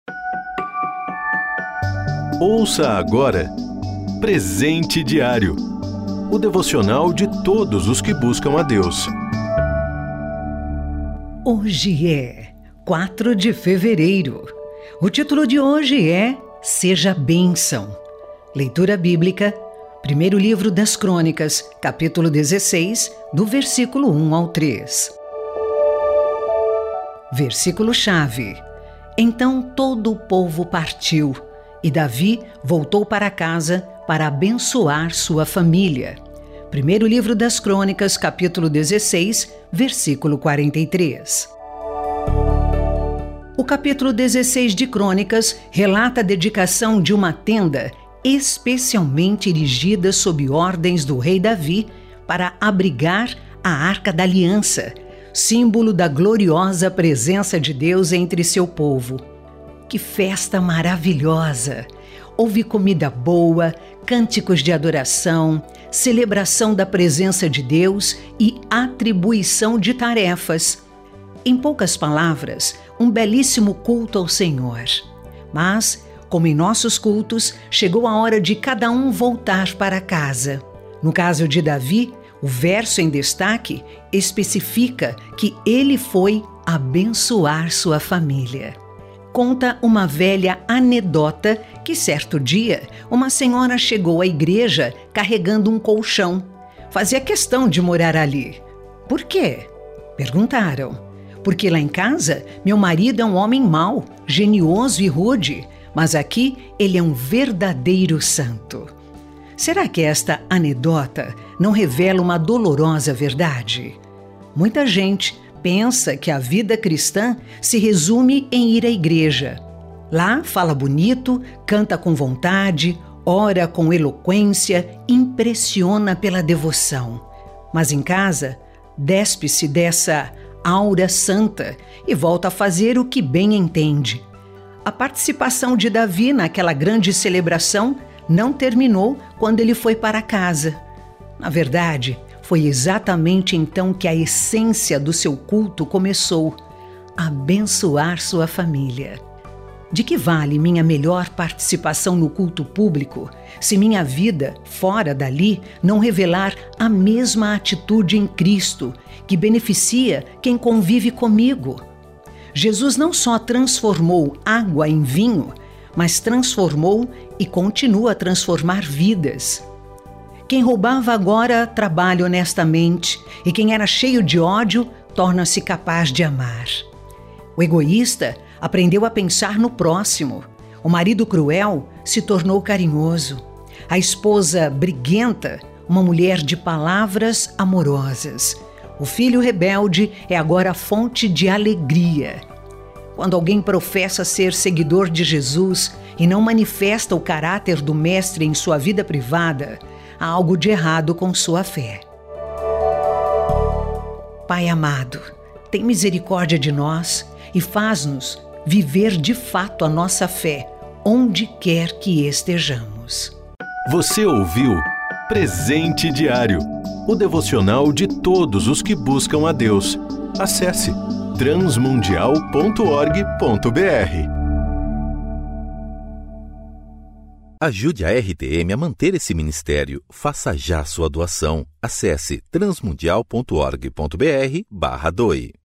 Ouça agora Presente Diário, o devocional de todos os que buscam a Deus. Hoje é 4 de fevereiro. O título de hoje é Seja Bênção. Leitura bíblica, primeiro livro das Crônicas, capítulo 16, do versículo 1 ao 3. Versículo-chave. Então todo o povo partiu, e Davi voltou para casa para abençoar sua família. Primeiro livro das Crônicas, capítulo 16, versículo 43. O capítulo 16 de Crônicas relata a dedicação de uma tenda especialmente erigida sob ordens do rei Davi para abrigar a Arca da Aliança, símbolo da gloriosa presença de Deus entre seu povo. Que festa maravilhosa! Houve comida boa, cânticos de adoração, celebração da presença de Deus e atribuição de tarefas. Em poucas palavras, um belíssimo culto ao Senhor. Mas, como em nossos cultos, chegou a hora de cada um voltar para casa. No caso de Davi, o verso em destaque especifica que ele foi abençoar sua família. Conta uma velha anedota que certo dia uma senhora chegou à igreja carregando um colchão. Fazia questão de morar ali. Por quê? Perguntaram. Porque lá em casa meu marido é um homem mau, genioso e rude, mas aqui ele é um verdadeiro santo. Será que esta anedota não revela uma dolorosa verdade? Muita gente pensa que a vida cristã se resume em ir à igreja. Lá fala bonito, canta com vontade, ora com eloquência, impressiona pela devoção. Mas em casa, despe-se dessa aura santa e volta a fazer o que bem entende. A participação de Davi naquela grande celebração não terminou quando ele foi para casa. Na verdade, foi exatamente então que a essência do seu culto começou: abençoar sua família. De que vale minha melhor participação no culto público se minha vida, fora dali, não revelar a mesma atitude em Cristo, que beneficia quem convive comigo? Jesus não só transformou água em vinho, mas transformou e continua a transformar vidas. Quem roubava agora trabalha honestamente, e quem era cheio de ódio torna-se capaz de amar. O egoísta aprendeu a pensar no próximo. O marido cruel se tornou carinhoso. A esposa briguenta, uma mulher de palavras amorosas. O filho rebelde é agora fonte de alegria. Quando alguém professa ser seguidor de Jesus e não manifesta o caráter do Mestre em sua vida privada, há algo de errado com sua fé. Pai amado, tem misericórdia de nós e faz-nos viver de fato a nossa fé, onde quer que estejamos. Você ouviu Presente Diário, o devocional de todos os que buscam a Deus. Acesse transmundial.org.br. Ajude a RTM a manter esse ministério. Faça já sua doação. Acesse transmundial.org.br/doe.